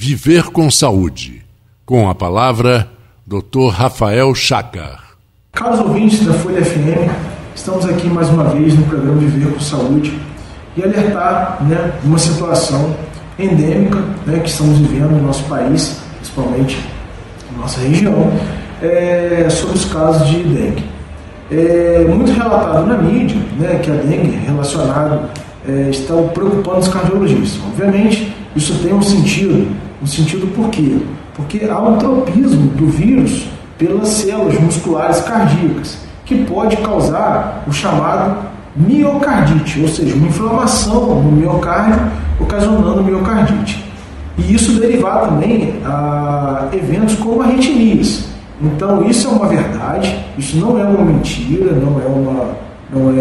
Viver com Saúde. Com a palavra, Dr. Rafael Chacar. Caros ouvintes da Folha FM, estamos aqui mais uma vez no programa Viver com Saúde e alertar uma situação endêmica que estamos vivendo no nosso país, principalmente na nossa região, sobre os casos de dengue. É muito relatado na mídia que a dengue relacionado está preocupando os cardiologistas. Obviamente, isso tem um sentido por quê? Porque há um tropismo do vírus pelas células musculares cardíacas, que pode causar o chamado miocardite, ou seja, uma inflamação no miocárdio, ocasionando miocardite. E isso derivar também a eventos como arritmias. Então, isso é uma verdade, isso não é uma mentira, não é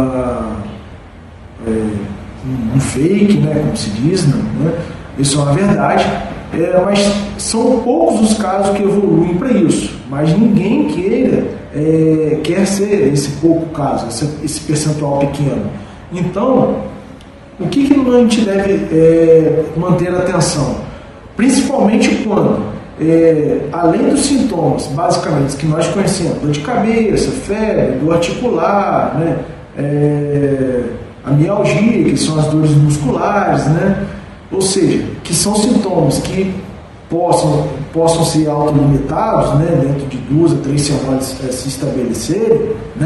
um fake, como se diz, isso é uma verdade, mas são poucos os casos que evoluem para isso, mas ninguém quer ser esse pouco caso, esse percentual pequeno. Então, o que a gente deve manter atenção? Principalmente quando, além dos sintomas, basicamente, que nós conhecemos, dor de cabeça, febre, dor articular, a mialgia, que são as dores musculares, ou seja, que são sintomas que possam ser autolimitados, dentro de 2 a 3 semanas se estabelecerem,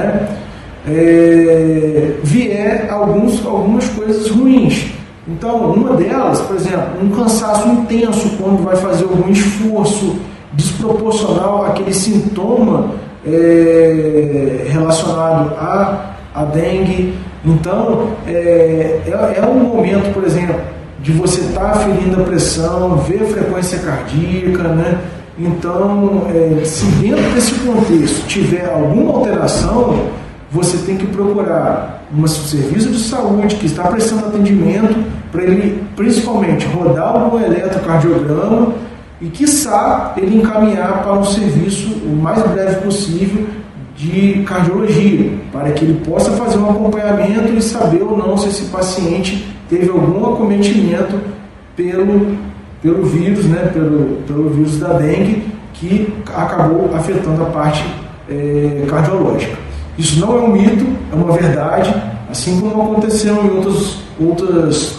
vier algumas coisas ruins. Então, uma delas, por exemplo, um cansaço intenso quando vai fazer algum esforço desproporcional àquele sintoma relacionado à dengue. Então, é um momento, por exemplo, de você estar aferindo a pressão, ver a frequência cardíaca, Então, se dentro desse contexto tiver alguma alteração, você tem que procurar um serviço de saúde que está prestando atendimento para ele, principalmente, rodar algum eletrocardiograma e, quiçá, ele encaminhar para um serviço o mais breve possível de cardiologia, para que ele possa fazer um acompanhamento e saber ou não se esse paciente teve algum acometimento pelo vírus, pelo vírus da dengue, que acabou afetando a parte cardiológica. Isso não é um mito, é uma verdade, assim como aconteceu em outras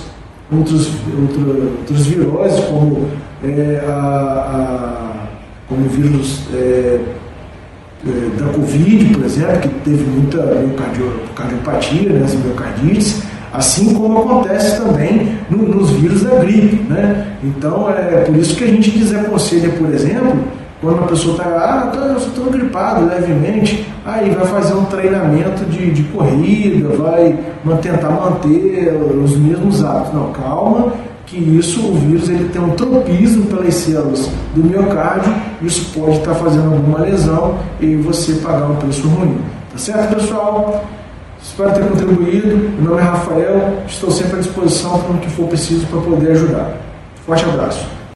viroses, como o vírus da Covid, por exemplo, que teve muita cardiopatia, as miocardites, assim como acontece também nos vírus da gripe, Então, é por isso que a gente desaconselha, por exemplo, quando uma pessoa está, eu estou gripado levemente, aí vai fazer um treinamento de corrida, vai tentar manter os mesmos hábitos. Não, calma, que o vírus ele tem um tropismo pelas células do miocárdio, isso pode estar fazendo alguma lesão e você pagar um preço ruim. Tá certo, pessoal? Espero ter contribuído. Meu nome é Rafael, estou sempre à disposição para o que for preciso para poder ajudar. Forte abraço.